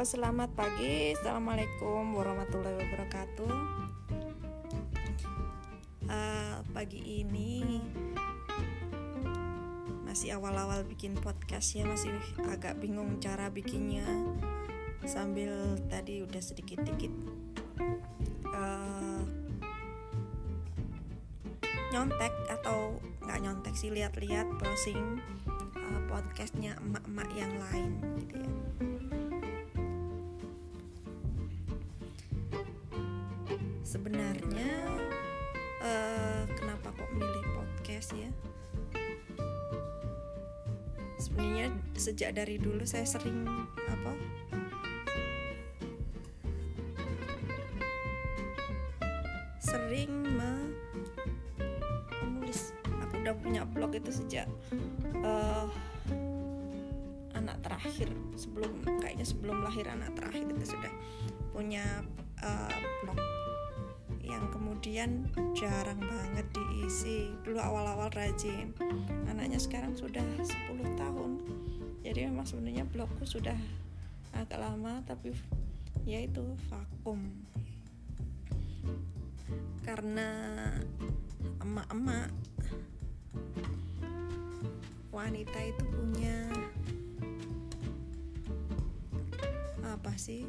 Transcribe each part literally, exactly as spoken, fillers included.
Halo, selamat pagi. Assalamualaikum warahmatullahi wabarakatuh. uh, Pagi ini masih awal-awal bikin podcast ya, masih agak bingung cara bikinnya. Sambil tadi udah sedikit-dikit uh, nyontek atau nggak nyontek sih, lihat-lihat browsing uh, podcastnya emak-emak yang lain gitu ya. Sebenarnya uh, kenapa kok milih podcast ya? Sebenarnya sejak dari dulu saya sering apa? Sering me- menulis. Aku udah punya blog itu sejak uh, anak terakhir, sebelum kayaknya sebelum lahir anak terakhir itu sudah punya uh, blog yang kemudian jarang banget diisi. Dulu awal-awal rajin, anaknya sekarang sudah sepuluh tahun, jadi memang sebenarnya blogku sudah agak lama, tapi ya itu vakum karena emak-emak wanita itu punya apa sih,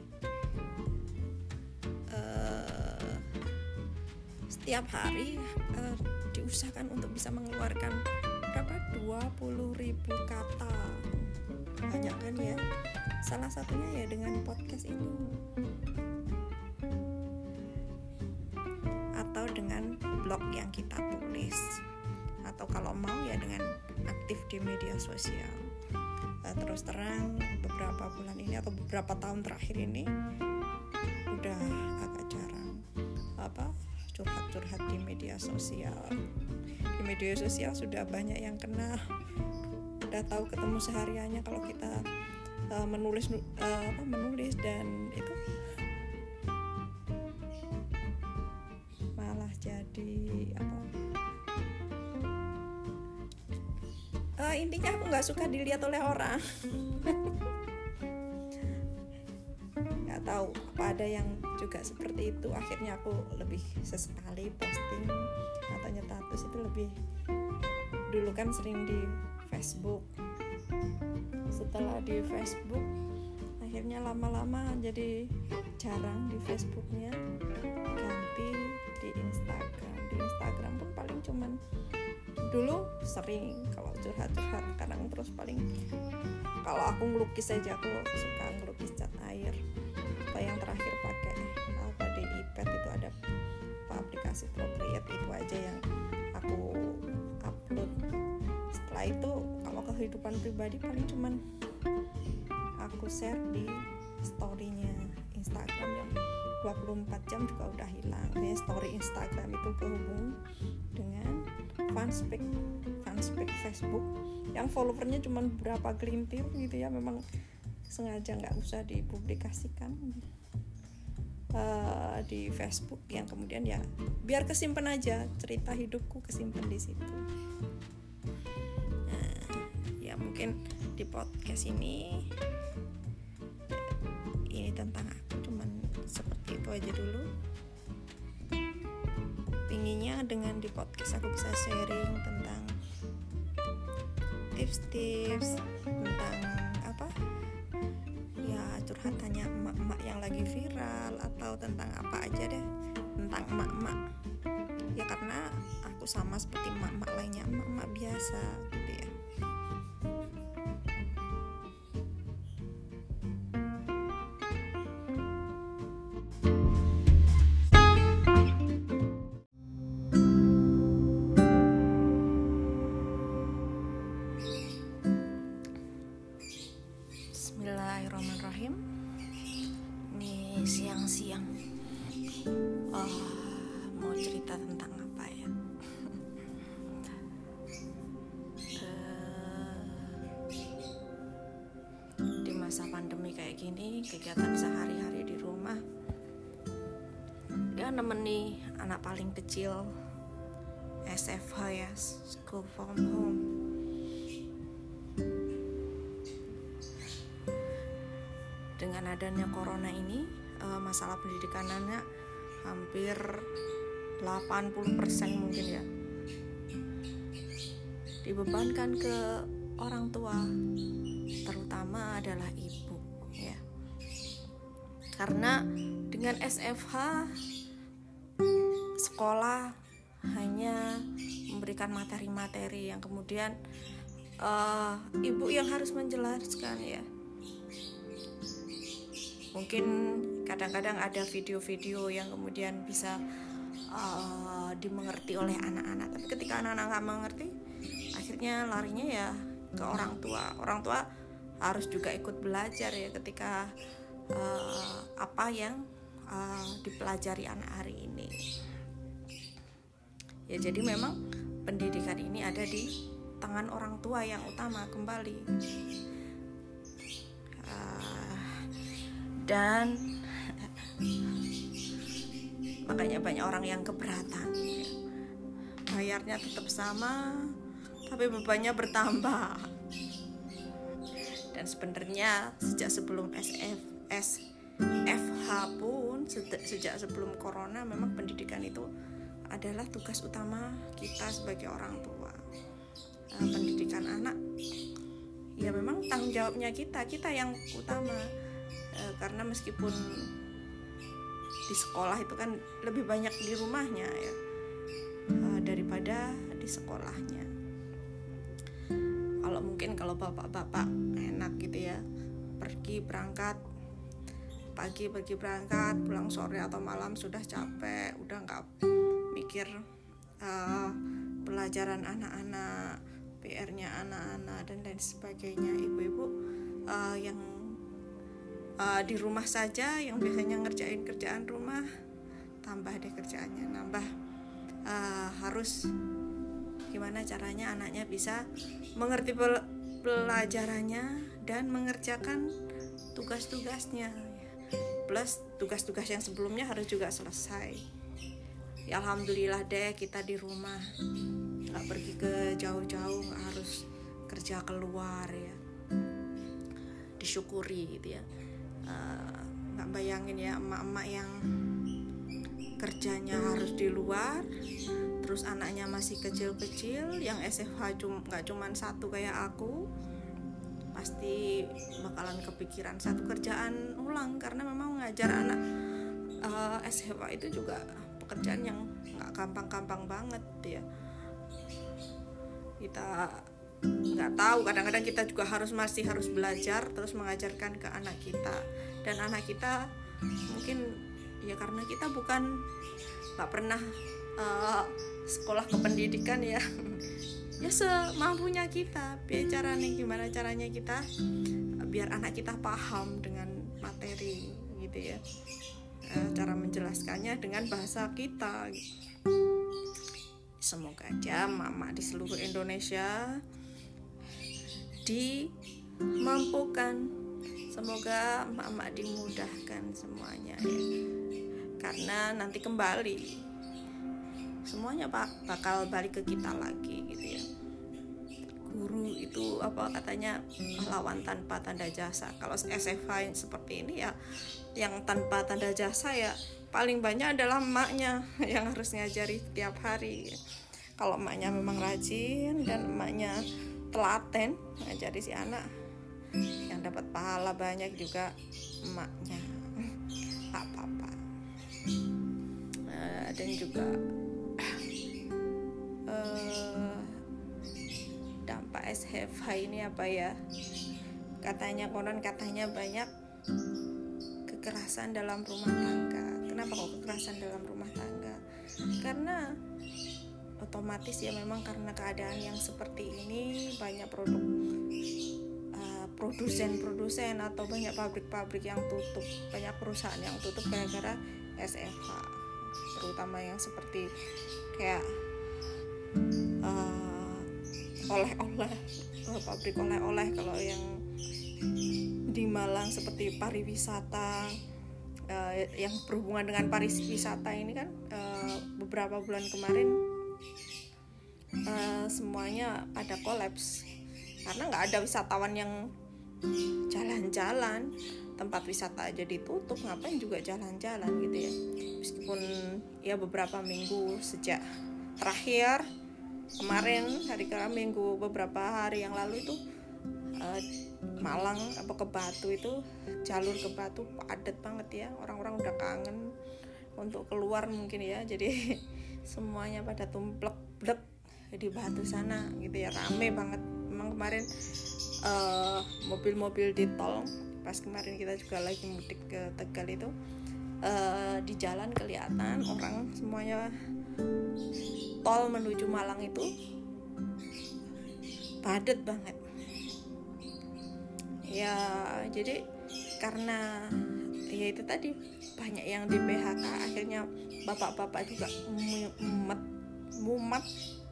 uh, setiap hari uh, diusahakan untuk bisa mengeluarkan berapa dua puluh ribu kata, banyak kan ya. Salah satunya ya dengan podcast ini, atau dengan blog yang kita tulis, atau kalau mau ya dengan aktif di media sosial. Uh, terus terang beberapa bulan ini atau beberapa tahun terakhir ini udah agak jarang apa curhat-curhat di media sosial. Di media sosial sudah banyak yang kenal, udah tahu ketemu sehariannya. Kalau kita uh, menulis uh, apa menulis dan itu malah jadi apa? Uh, intinya aku nggak suka dilihat oleh orang. Tahu apa ada yang juga seperti itu. Akhirnya aku lebih sesekali posting atau nyetatus itu lebih. Dulu kan sering di Facebook, setelah di Facebook akhirnya lama-lama jadi jarang di Facebooknya, ganti di Instagram. Di Instagram pun paling cuman dulu sering kalau curhat-curhat kadang, terus paling kalau aku ngelukis aja, aku suka ngelukis cat air. Yang terakhir pakai apa di iPad itu ada apa, aplikasi Procreate, itu aja yang aku upload. Setelah itu kalau kehidupan pribadi paling cuman aku share di story-nya Instagram yang dua puluh empat jam juga udah hilang. Jadi story Instagram itu berhubung dengan fanspage fanspage Facebook yang followernya cuma berapa gelintir gitu ya. Memang sengaja nggak usah dipublikasikan uh, di Facebook, yang kemudian ya biar kesimpan aja, cerita hidupku kesimpan di situ. Nah, ya mungkin di podcast ini ini tentang aku cuman seperti itu aja dulu. Pinginnya dengan di podcast aku bisa sharing tentang tips-tips tentang apa curhatannya emak-emak yang lagi viral, atau tentang apa aja deh, tentang emak-emak ya, karena aku sama seperti emak-emak lainnya, emak-emak biasa gitu ya. Bismillahirrahmanirrahim. Ini siang-siang oh, mau cerita tentang apa ya? uh, di masa pandemi kayak gini, kegiatan sehari-hari di rumah dia nemeni anak paling kecil S F H ya, School from Home. dengan adanya corona ini uh, masalah pendidikan anak hampir delapan puluh persen mungkin ya dibebankan ke orang tua, terutama adalah ibu ya. Karena dengan S F H sekolah hanya memberikan materi-materi yang kemudian uh, ibu yang harus menjelaskan ya. Mungkin kadang-kadang ada video-video yang kemudian bisa uh, dimengerti oleh anak-anak, tapi ketika anak-anak nggak mengerti, akhirnya larinya ya ke orang tua. Orang tua harus juga ikut belajar ya ketika uh, apa yang uh, dipelajari anak hari ini. Ya jadi memang pendidikan ini ada di tangan orang tua yang utama kembali. Uh, dan makanya banyak orang yang keberatan. Bayarnya tetap sama, tapi bebannya bertambah. Dan sebenarnya sejak sebelum S F S F H pun sejak sebelum corona memang pendidikan itu adalah tugas utama kita sebagai orang tua. Nah, pendidikan anak ya memang tanggung jawabnya kita, kita yang utama. E, karena meskipun di sekolah itu kan lebih banyak di rumahnya ya e, daripada di sekolahnya. Kalau mungkin kalau bapak-bapak enak gitu ya, pergi berangkat pagi pergi berangkat, pulang sore atau malam sudah capek, udah nggak mikir uh, pelajaran anak-anak, P R-nya anak-anak dan lain sebagainya. Ibu-ibu uh, yang uh, di rumah saja, yang biasanya ngerjain kerjaan rumah, tambah deh kerjaannya, nambah uh, harus gimana caranya anaknya bisa mengerti pel- pelajarannya dan mengerjakan tugas-tugasnya, plus tugas-tugas yang sebelumnya harus juga selesai. Ya alhamdulillah deh kita di rumah, nggak pergi ke jauh-jauh, nggak harus kerja keluar ya, disyukuri gitu ya. Uh, nggak bayangin ya emak-emak yang kerjanya harus di luar, terus anaknya masih kecil-kecil, yang S F H cum, nggak cuman satu kayak aku, pasti bakalan kepikiran satu kerjaan ulang, karena memang mengajar anak uh, S F H itu juga pekerjaan yang nggak gampang-gampang banget ya. Kita nggak tahu, kadang-kadang kita juga harus masih harus belajar terus mengajarkan ke anak kita, dan anak kita mungkin ya karena kita bukan nggak pernah uh, sekolah kependidikan ya ya semampunya kita bicara nih gimana caranya kita biar anak kita paham dengan materi gitu ya, uh, cara menjelaskannya dengan bahasa kita. Semoga aja mama di seluruh Indonesia dimampukan, semoga mama dimudahkan semuanya ya, karena nanti kembali semuanya pak bakal balik ke kita lagi gitu ya. Guru itu apa katanya pahlawan tanpa tanda jasa. Kalau S F H seperti ini ya, yang tanpa tanda jasa ya paling banyak adalah emaknya yang harus ngajari tiap hari. Kalau emaknya memang rajin dan emaknya telaten ngajari si anak, yang dapat pahala banyak juga emaknya, nggak apa-apa. Uh, dan juga uh, dampak S F H ini apa ya, katanya konon katanya banyak kekerasan dalam rumah tangga. Kenapa kok kekerasan dalam rumah tangga? Karena otomatis ya memang karena keadaan yang seperti ini, banyak produk uh, produsen-produsen atau banyak pabrik-pabrik yang tutup, banyak perusahaan yang tutup gara-gara S F H, terutama yang seperti kayak uh, oleh-oleh, uh, pabrik oleh-oleh. Kalau yang di Malang seperti pariwisata, uh, yang berhubungan dengan pariwisata ini kan uh, beberapa bulan kemarin uh, semuanya pada kolaps karena nggak ada wisatawan yang jalan-jalan. tempat wisata aja ditutup, ngapain juga jalan-jalan gitu ya. Meskipun ya beberapa minggu sejak terakhir kemarin hari ke minggu beberapa hari yang lalu itu uh, Malang apa ke Batu itu jalur ke Batu padat banget ya, orang-orang udah kangen untuk keluar mungkin ya, jadi semuanya pada tumplek-blek di Batu sana gitu ya, rame banget. Memang kemarin uh, mobil-mobil di tol pas kemarin kita juga lagi mudik ke Tegal itu uh, di jalan kelihatan orang semuanya, tol menuju Malang itu padat banget ya. Jadi karena ya itu tadi banyak yang di P H K, akhirnya bapak-bapak juga mumet mumet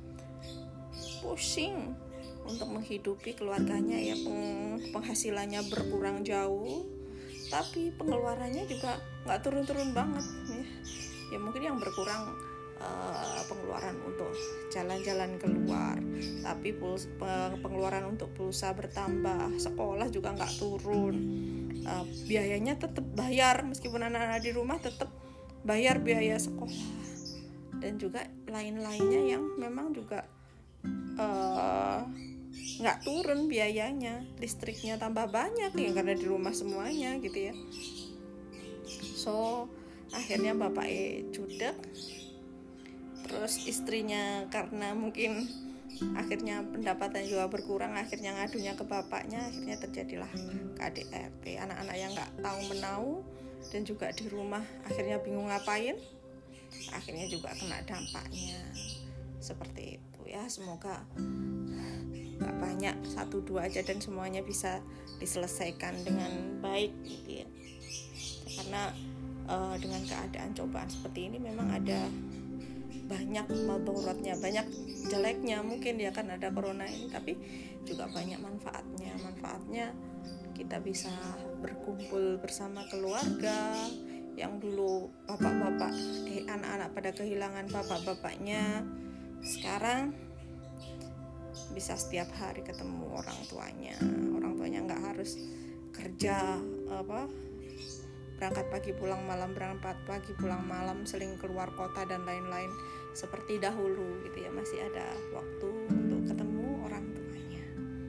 pusing untuk menghidupi keluarganya ya. Peng, penghasilannya berkurang jauh, tapi pengeluarannya juga nggak turun-turun banget ya. Ya mungkin yang berkurang uh, pengeluaran untuk jalan-jalan keluar, tapi puls, pengeluaran untuk pulsa bertambah, sekolah juga nggak turun, uh, biayanya tetap bayar, meskipun anak-anak di rumah tetap bayar biaya sekolah, dan juga lain-lainnya yang memang juga nggak uh, turun biayanya. Listriknya tambah banyak ya karena di rumah semuanya gitu ya. So akhirnya bapak e cudek, terus istrinya karena mungkin akhirnya pendapatan juga berkurang, akhirnya ngadunya ke bapaknya, akhirnya terjadilah K D R T. Anak-anak yang nggak tahu menau dan juga di rumah akhirnya bingung ngapain, akhirnya juga kena dampaknya seperti itu ya. Semoga nggak banyak, satu dua aja dan semuanya bisa diselesaikan dengan baik gitu ya. Karena uh, dengan keadaan cobaan seperti ini memang ada banyak madharatnya, banyak jeleknya mungkin ya kan ada corona ini, tapi juga banyak manfaatnya. Manfaatnya kita bisa berkumpul bersama keluarga yang dulu bapak-bapak eh anak-anak pada kehilangan bapak-bapaknya, sekarang bisa setiap hari ketemu orang tuanya. Orang tuanya nggak harus kerja apa berangkat pagi pulang malam, berangkat pagi pulang malam, sering keluar kota dan lain-lain seperti dahulu gitu ya. Masih ada waktu untuk ketemu orang tuanya.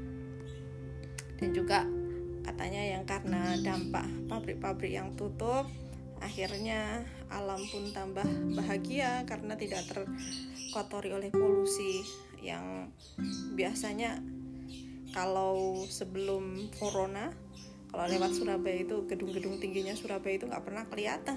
Dan juga katanya yang karena dampak pabrik-pabrik yang tutup, akhirnya alam pun tambah bahagia karena tidak terkotori oleh polusi yang biasanya kalau sebelum corona, kalau lewat Surabaya itu gedung-gedung tingginya Surabaya itu nggak pernah kelihatan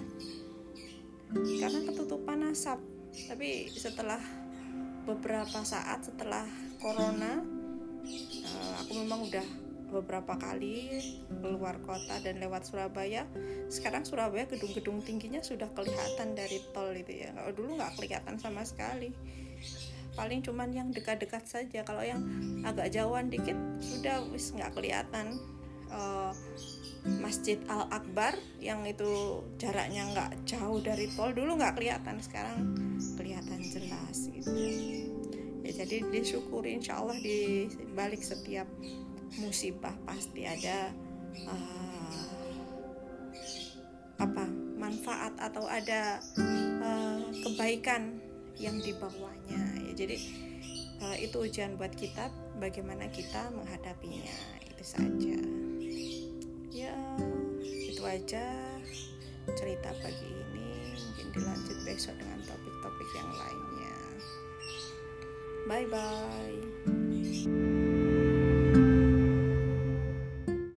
karena ketutupan asap. Tapi setelah beberapa saat setelah corona, aku memang udah beberapa kali keluar kota dan lewat Surabaya. Sekarang Surabaya gedung-gedung tingginya sudah kelihatan dari tol itu ya. Kalau dulu nggak kelihatan sama sekali, paling cuman yang dekat-dekat saja. Kalau yang agak jauhan dikit sudah wis nggak kelihatan. Uh, Masjid Al-Akbar yang itu jaraknya nggak jauh dari tol, dulu nggak kelihatan, sekarang kelihatan jelas gitu ya. Jadi disyukuri, insya Allah di balik setiap musibah pasti ada uh, apa manfaat atau ada uh, kebaikan yang dibawanya ya. Jadi uh, itu ujian buat kita, bagaimana kita menghadapinya, itu saja ya. Itu aja cerita pagi ini, mungkin dilanjut besok dengan topik-topik yang lainnya. Bye bye.